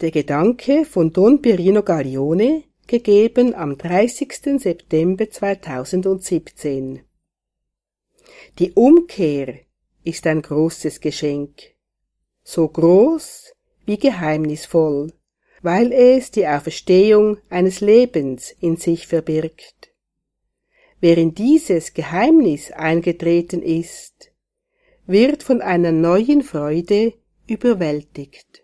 Der Gedanke von Don Pirino Gaglione, gegeben am 30. September 2017. Die Umkehr ist ein großes Geschenk, so groß wie geheimnisvoll, weil es die Auferstehung eines Lebens in sich verbirgt. Wer in dieses Geheimnis eingetreten ist, wird von einer neuen Freude überwältigt.